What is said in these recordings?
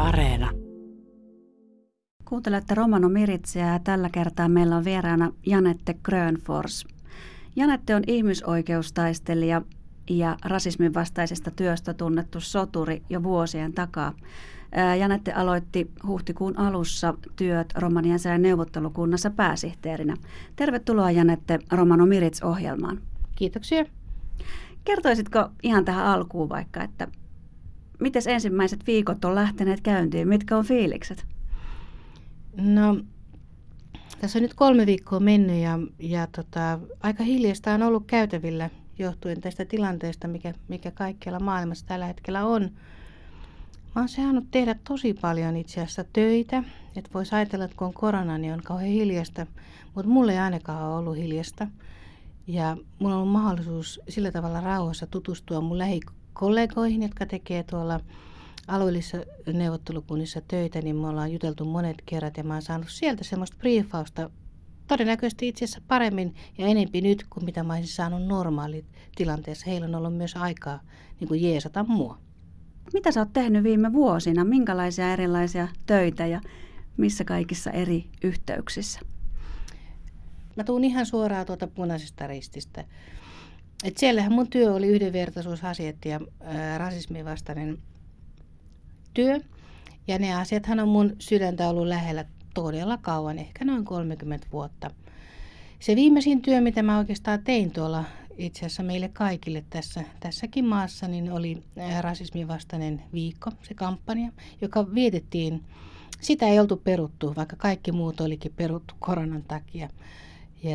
Areena. Kuuntelette Romano Miritsiä ja tällä kertaa meillä on vieraana Janette Grönfors. Janette on ihmisoikeustaistelija ja rasismin vastaisesta työstä tunnettu soturi jo vuosien takaa. Janette aloitti huhtikuun alussa työt romaniansien neuvottelukunnassa pääsihteerinä. Tervetuloa Janette Romano Mirits-ohjelmaan. Kiitoksia. Kertoisitko ihan tähän alkuun vaikka, että miten ensimmäiset viikot on lähteneet käyntiin? Mitkä on fiilikset? No, tässä on nyt 3 viikkoa mennyt ja aika hiljaista on ollut käytävillä johtuen tästä tilanteesta, mikä kaikkialla maailmassa tällä hetkellä on. Mä oon saanut tehdä tosi paljon itse asiassa töitä. Että voisi ajatella, että kun on korona, niin on kauhean hiljasta, mutta mulla ei ainakaan ole ollut hiljasta. Ja mulla on ollut mahdollisuus sillä tavalla rauhassa tutustua mun lähikollegoihin, jotka tekee tuolla alueellisissa neuvottelukunnissa töitä, niin me ollaan juteltu monet kerrat ja mä oon saanut sieltä semmoista briefausta todennäköisesti itse asiassa paremmin ja enempi nyt kuin mitä mä olisin saanut normaalitilanteessa. Heillä on ollut myös aikaa niin kuin jeesata mua. Mitä sä oot tehnyt viime vuosina? Minkälaisia erilaisia töitä ja missä kaikissa eri yhteyksissä? Mä tuun ihan suoraan tuolta Punaisesta Rististä. Et siellähän mun työ oli yhdenvertaisuusasiat ja rasismin vastainen työ. Ja ne asiathan on mun sydäntä ollut lähellä todella kauan, ehkä noin 30 vuotta. Se viimeisin työ, mitä mä oikeastaan tein tuolla itse asiassa meille kaikille tässäkin maassa, niin oli rasismin vastainen viikko, se kampanja, joka vietettiin. Sitä ei oltu peruttu, vaikka kaikki muut olikin peruttu koronan takia. Ja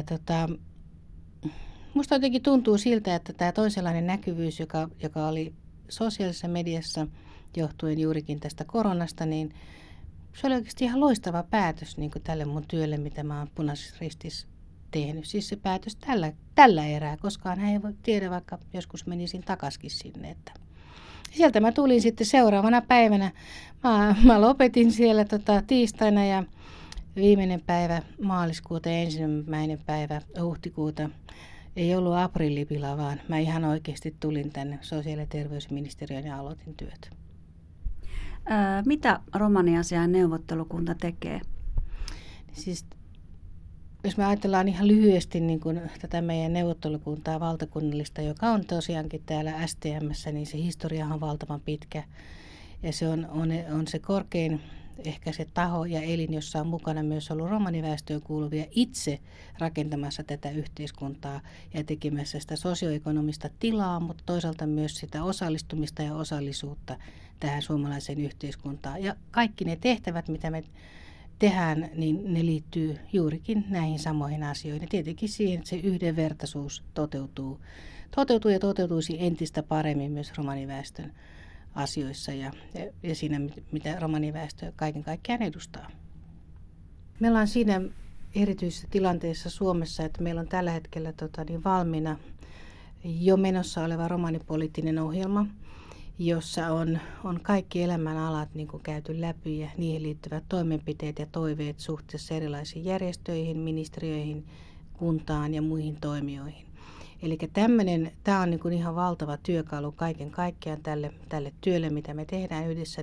musta jotenkin tuntuu siltä, että tämä toisenlainen näkyvyys, joka oli sosiaalisessa mediassa johtuen juurikin tästä koronasta, niin se oli oikeasti ihan loistava päätös niin kuin tälle mun työlle, mitä mä oon Punaisessa Ristissä tehnyt. Siis se päätös tällä erää, koskaan hän ei voi tiedä, vaikka joskus menisin takaisin sinne. Että. Sieltä mä tulin sitten seuraavana päivänä. Mä lopetin siellä tiistaina ja viimeinen päivä maaliskuuta ja ensimmäinen päivä huhtikuuta ei ollut aprillipila, vaan mä ihan oikeasti tulin tänne sosiaali- ja terveysministeriöön ja aloitin työt. Mitä romaniasiain neuvottelukunta tekee? Siis, jos me ajatellaan ihan lyhyesti niin kuin tätä meidän neuvottelukuntaa valtakunnallista, joka on tosiaankin täällä STM:ssä, niin se historia on valtavan pitkä. Ja se on se korkein ehkä se taho ja elin, jossa on mukana myös ollut romaniväestöön kuuluvia itse rakentamassa tätä yhteiskuntaa ja tekemässä sitä sosioekonomista tilaa, mutta toisaalta myös sitä osallistumista ja osallisuutta tähän suomalaiseen yhteiskuntaan. Ja kaikki ne tehtävät, mitä me tehdään, niin ne liittyy juurikin näihin samoihin asioihin. Ja tietenkin siihen, että se yhdenvertaisuus toteutuu ja toteutuisi entistä paremmin myös romaniväestön asioissa ja siinä, mitä romaniväestö kaiken kaikkiaan edustaa. Me ollaan siinä erityisessä tilanteessa Suomessa, että meillä on tällä hetkellä valmiina jo menossa oleva romanipoliittinen ohjelma, jossa on kaikki elämänalat niin kuin käyty läpi ja niihin liittyvät toimenpiteet ja toiveet suhteessa erilaisiin järjestöihin, ministeriöihin, kuntaan ja muihin toimijoihin. Eli tämä on niin kuin ihan valtava työkalu kaiken kaikkiaan tälle työlle, mitä me tehdään yhdessä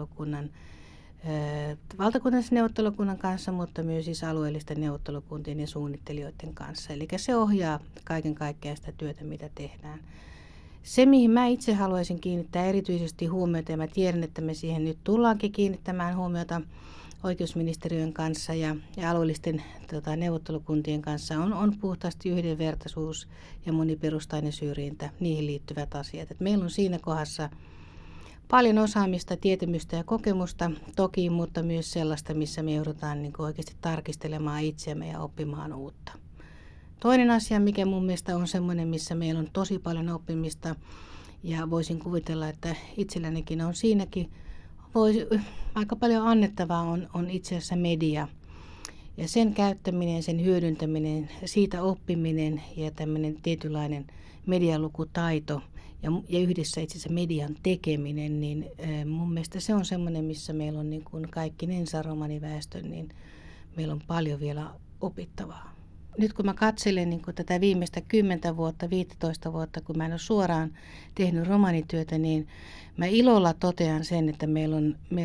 valtakunnallisen neuvottelukunnan kanssa, mutta myös siis alueellisten neuvottelukuntien ja suunnittelijoiden kanssa. Eli se ohjaa kaiken kaikkiaan sitä työtä, mitä tehdään. Se, mihin mä itse haluaisin kiinnittää erityisesti huomiota, ja mä tiedän, että me siihen nyt tullaankin kiinnittämään huomiota oikeusministeriön kanssa ja alueellisten neuvottelukuntien kanssa, on puhtaasti yhdenvertaisuus ja moniperustainen syrjintä, niihin liittyvät asiat. Et meillä on siinä kohdassa paljon osaamista, tietämystä ja kokemusta toki, mutta myös sellaista, missä me joudutaan niin kuin oikeasti tarkistelemaan itseämme ja oppimaan uutta. Toinen asia, mikä mun mielestä on semmoinen, missä meillä on tosi paljon oppimista ja voisin kuvitella, että itsellänikin on siinäkin aika paljon annettavaa on itse asiassa media. Ja sen käyttäminen, sen hyödyntäminen, siitä oppiminen ja tämmöinen tietynlainen medialukutaito ja yhdessä itse asiassa median tekeminen, niin mun mielestä se on semmoinen, missä meillä on niin kuin kaikkinensa romaniväestön, niin meillä on paljon vielä opittavaa. Nyt kun mä katselen niin kun tätä viimeistä 10 vuotta, 15 vuotta, kun mä en ole suoraan tehnyt romanityötä, niin mä ilolla totean sen, että meillä on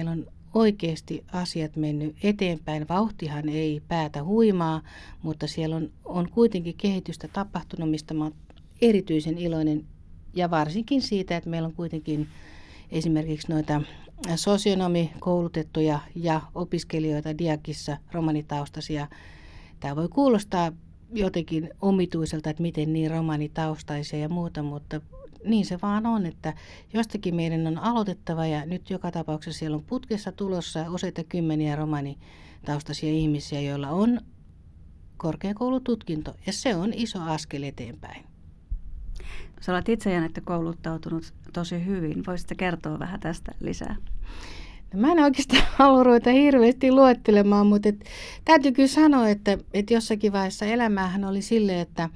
oikeasti asiat mennyt eteenpäin. Vauhtihan ei päätä huimaa, mutta siellä on kuitenkin kehitystä tapahtunut, mistä mä oon erityisen iloinen. Ja varsinkin siitä, että meillä on kuitenkin esimerkiksi noita sosionomikoulutettuja ja opiskelijoita Diakissa, romanitaustaisia. Tämä voi kuulostaa jotenkin omituiselta, että miten niin romanitaustaisia ja muuta, mutta niin se vaan on, että jostakin meidän on aloitettava ja nyt joka tapauksessa siellä on putkessa tulossa useita kymmeniä romanitaustaisia ihmisiä, joilla on korkeakoulututkinto ja se on iso askel eteenpäin. Sä olet itse, Janette, kouluttautunut tosi hyvin. Voisitko kertoa vähän tästä lisää? No, mä en oikeastaan halua ruveta hirveästi luettelemaan, mutta täytyy kyllä sanoa, että jossakin vaiheessa elämäähän oli silleen, että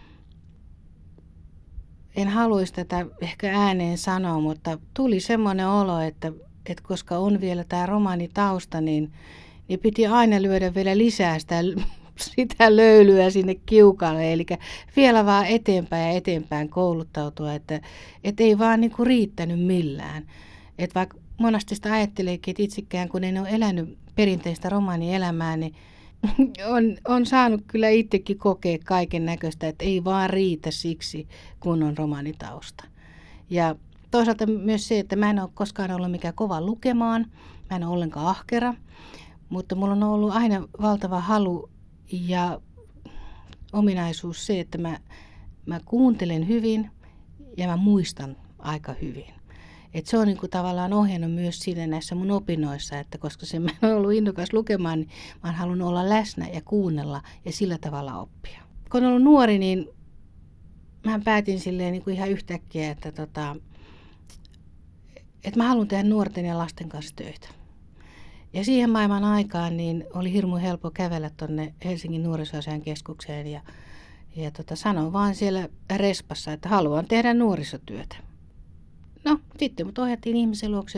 en haluaisi tätä ehkä ääneen sanoa, mutta tuli semmoinen olo, että koska on vielä tämä romaanitausta, niin piti aina lyödä vielä lisää sitä löylyä sinne kiukalle. Eli vielä vaan eteenpäin ja eteenpäin kouluttautua, että ei vaan niinku riittänyt millään. Että vaikka monasti sitä ajatteleekin, että itsekään kun en ole elänyt perinteistä romaanielämää, niin on saanut kyllä itsekin kokea kaiken näköistä, että ei vaan riitä siksi, kun on romaanitausta. Ja toisaalta myös se, että mä en ole koskaan ollut mikään kova lukemaan, mä en ole ollenkaan ahkera, mutta mulla on ollut aina valtava halu ja ominaisuus se, että mä kuuntelen hyvin ja mä muistan aika hyvin. Et se on niinku tavallaan ohjannut myös siinä näissä mun opinnoissa, että koska mä en ole ollut innokas lukemaan, niin mä oon halunnut olla läsnä ja kuunnella ja sillä tavalla oppia. Kun olen ollut nuori, niin mä päätin silleen niinku ihan yhtäkkiä, että mä haluan tehdä nuorten ja lasten kanssa töitä. Ja siihen maailman aikaan niin oli hirmu helppo kävellä tuonne Helsingin nuorisoasiain keskukseen ja sanoin vaan siellä respassa, että haluan tehdä nuorisotyötä. No, sitten mut ohjattiin ihmisen luokse,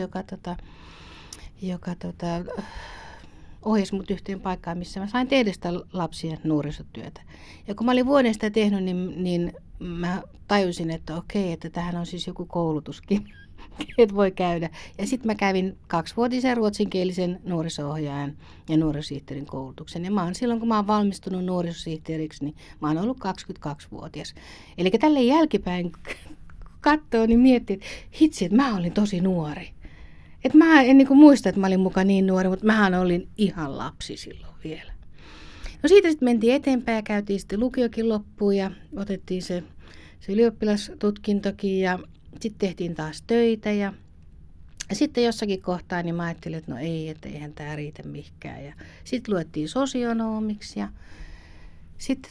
joka ohjasi mut yhteen paikkaan, missä mä sain tehdä sitä lapsien nuorisotyötä. Ja kun mä olin vuoden sitä tehnyt, niin mä tajusin, että okei, että tähän on siis joku koulutuskin, että voi käydä. Ja sitten mä kävin 2-vuotisen ruotsinkielisen nuoriso-ohjaajan ja nuorisosihteerin koulutuksen. Ja silloin, kun mä oon valmistunut nuorisosihteeriksi, niin mä oon ollut 22-vuotias. Eli tälle jälkipäin katsoo, niin miettii, että hitsi, että mä olin tosi nuori. Että mä en niin kuin muista, että mä olin mukaan niin nuori, mutta mähän olin ihan lapsi silloin vielä. No siitä sitten mentiin eteenpäin ja käytiin sitten lukiokin loppuun ja otettiin se ylioppilastutkintokin ja sitten tehtiin taas töitä ja sitten jossakin kohtaa niin mä ajattelin, että no ei, että eihän tämä riitä mihinkään. Ja sitten luettiin sosionomiksi ja sitten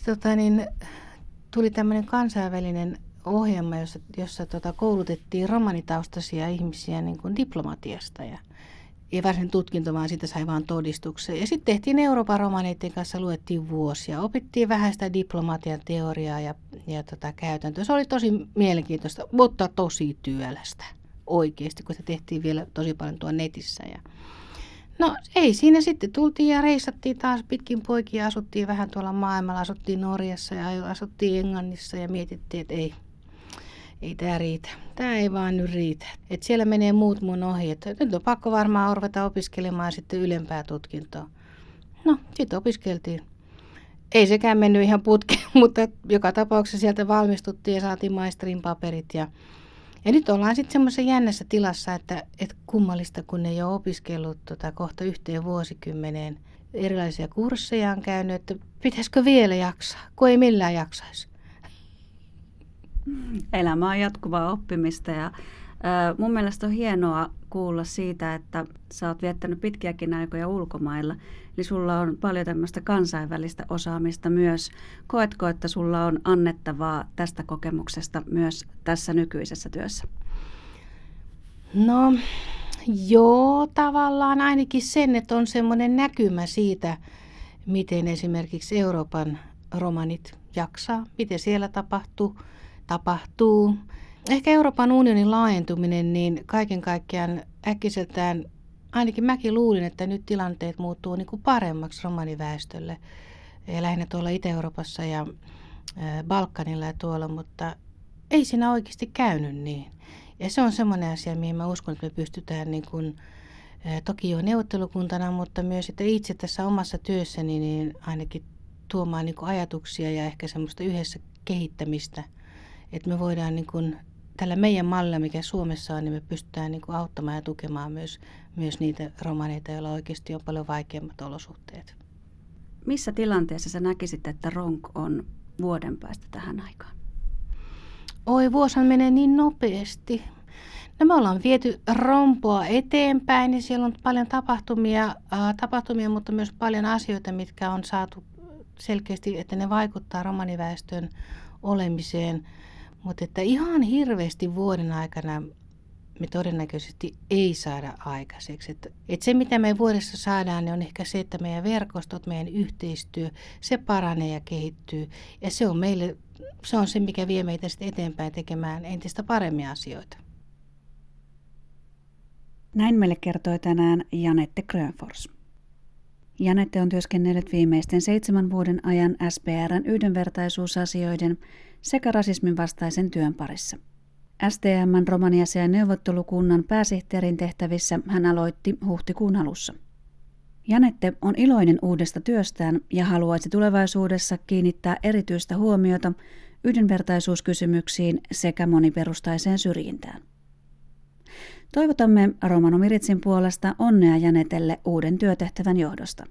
tuli tämmöinen kansainvälinen ohjelma, jossa koulutettiin romanitaustaisia ihmisiä niin kuin diplomatiasta ja ei varsinainen tutkinto, vaan siitä sai vaan todistuksen. Ja sitten tehtiin Euroopan romaneiden kanssa, luettiin vuosia, opittiin vähän sitä diplomatian teoriaa ja käytäntöä. Se oli tosi mielenkiintoista, mutta tosi työlästä oikeasti, kun se tehtiin vielä tosi paljon tuon netissä. No ei siinä sitten, tultiin ja reissattiin taas pitkin poikia, asuttiin vähän tuolla maailmalla, asuttiin Norjassa ja asuttiin Englannissa ja mietittiin, että ei tämä riitä. Tämä ei vaan nyt riitä. Et siellä menee muut mun ohi. Et nyt on pakko varmaan ruveta opiskelemaan sitten ylempää tutkintoa. No, sitten opiskeltiin. Ei sekään mennyt ihan putkeen, mutta joka tapauksessa sieltä valmistuttiin ja saatiin maisterin paperit. Ja nyt ollaan sitten semmoisessa jännässä tilassa, että kummallista, kun ei ole opiskellut kohta 1 vuosikymmeneen. Erilaisia kursseja on käynyt, että pitäisikö vielä jaksaa, kun ei millään jaksaisi. Elämä on jatkuvaa oppimista ja mun mielestä on hienoa kuulla siitä, että sä oot viettänyt pitkiäkin aikoja ulkomailla. Eli sulla on paljon tämmöistä kansainvälistä osaamista myös. Koetko, että sulla on annettavaa tästä kokemuksesta myös tässä nykyisessä työssä? No joo, tavallaan ainakin sen, että on semmoinen näkymä siitä, miten esimerkiksi Euroopan romanit jaksaa, miten siellä tapahtuu. Ehkä Euroopan unionin laajentuminen, niin kaiken kaikkiaan äkkiseltään, ainakin mäkin luulin, että nyt tilanteet muuttuu niin kuin paremmaksi romaniväestölle. Ja lähinnä tuolla Itä-Euroopassa ja Balkanilla ja tuolla, mutta ei siinä oikeasti käynyt niin. Ja se on semmoinen asia, mihin mä uskon, että me pystytään niin kuin Toki jo neuvottelukuntana, mutta myös että itse tässä omassa työssäni niin ainakin tuomaan niin kuin ajatuksia ja ehkä semmoista yhdessä kehittämistä, että me voidaan niin kuin, tällä meidän mallilla, mikä Suomessa on, niin me pystytään niin kuin auttamaan ja tukemaan myös niitä romaneita, joilla oikeasti on paljon vaikeammat olosuhteet. Missä tilanteessa sä näkisit, että RONK on vuoden päästä tähän aikaan? Oi, vuosihan menee niin nopeasti. No me ollaan viety rompoa eteenpäin, niin siellä on paljon tapahtumia, mutta myös paljon asioita, mitkä on saatu selkeästi, että ne vaikuttaa romaniväestön olemiseen. Mutta että ihan hirveästi vuoden aikana me todennäköisesti ei saada aikaiseksi. Että se, mitä me vuodessa saadaan, niin on ehkä se, että meidän verkostot, meidän yhteistyö, se paranee ja kehittyy. Ja se on se, mikä vie meitä sitten eteenpäin tekemään entistä paremmia asioita. Näin meille kertoi tänään Janette Grönfors. Janette on työskennellyt viimeisten 7 vuoden ajan SPR:n yhdenvertaisuusasioiden sekä rasismin vastaisen työn parissa. STM:n romaniasiain neuvottelukunnan pääsihteerin tehtävissä hän aloitti huhtikuun alussa. Janette on iloinen uudesta työstään ja haluaisi tulevaisuudessa kiinnittää erityistä huomiota yhdenvertaisuuskysymyksiin sekä moniperustaiseen syrjintään. Toivotamme Romano Miritsin puolesta onnea Janetelle uuden työtehtävän johdosta.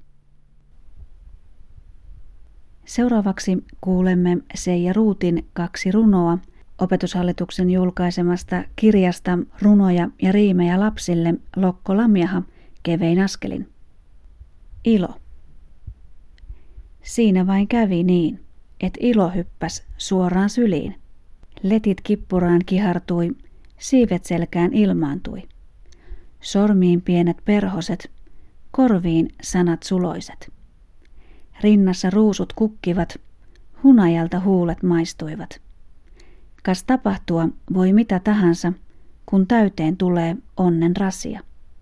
Seuraavaksi kuulemme Seija Ruutin 2 runoa Opetushallituksen julkaisemasta kirjasta Runoja ja riimejä lapsille Lokko Lamjaha kevein askelin. Ilo. Siinä vain kävi niin, et ilo hyppäs suoraan syliin. Letit kippuraan kihartui, siivet selkään ilmaantui. Sormiin pienet perhoset, korviin sanat suloiset. Rinnassa ruusut kukkivat, hunajalta huulet maistuivat. Kas tapahtua voi mitä tahansa, kun täyteen tulee onnen rasia.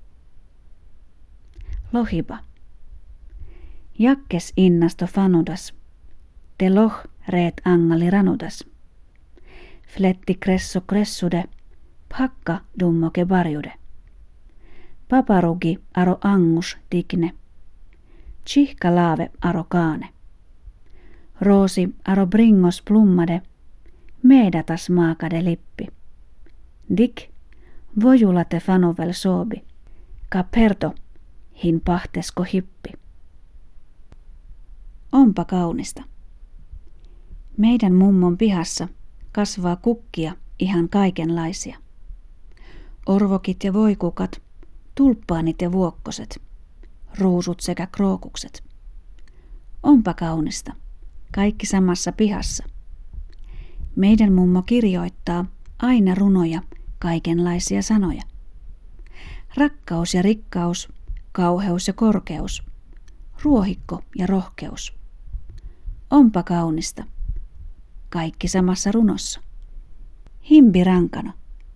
Lohiba. Jakkes innasto fanudas, te loh reet angali ranudas. Fletti kresso kressude, pakka dummoke barjude. Paparugi aro angus digne. Chihka laave aro kaane. Roosi aro bringos plummade, meedatas maakade lippi. Dik, vojulate fanovel soobi, kaperto, hin pahtesko hippi. Onpa kaunista. Meidän mummon pihassa kasvaa kukkia ihan kaikenlaisia. Orvokit ja voikukat, tulppaanit ja vuokkoset, ruusut sekä krookukset. Onpa kaunista, kaikki samassa pihassa. Meidän mummo kirjoittaa aina runoja, kaikenlaisia sanoja. Rakkaus ja rikkaus, kauheus ja korkeus, ruohikko ja rohkeus. Onpa kaunista, kaikki samassa runossa. Himbi rankano.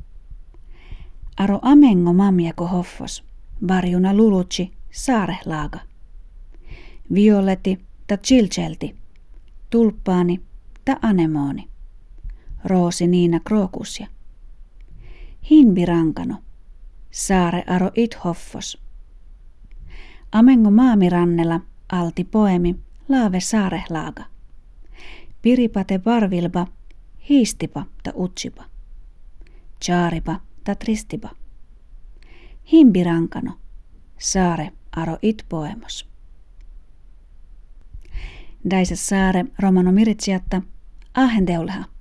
Aro amengo mamjako hoffos, varjuna lulutsi saarehlaaga. Violetti ta chilchelti, tulppaani ta anemooni. Roosi niina krookusja. Himbi rankano, saare aro it hoffos. Amengo maamirannella alti poemi laave saarehlaaga. Piripate varvilba, hiistipa ta utsipa. Chaaripa ta tristipa. Himbi rankano, saare aro it poemos. Daises saare Romano Miritsiatta, ahendeulha.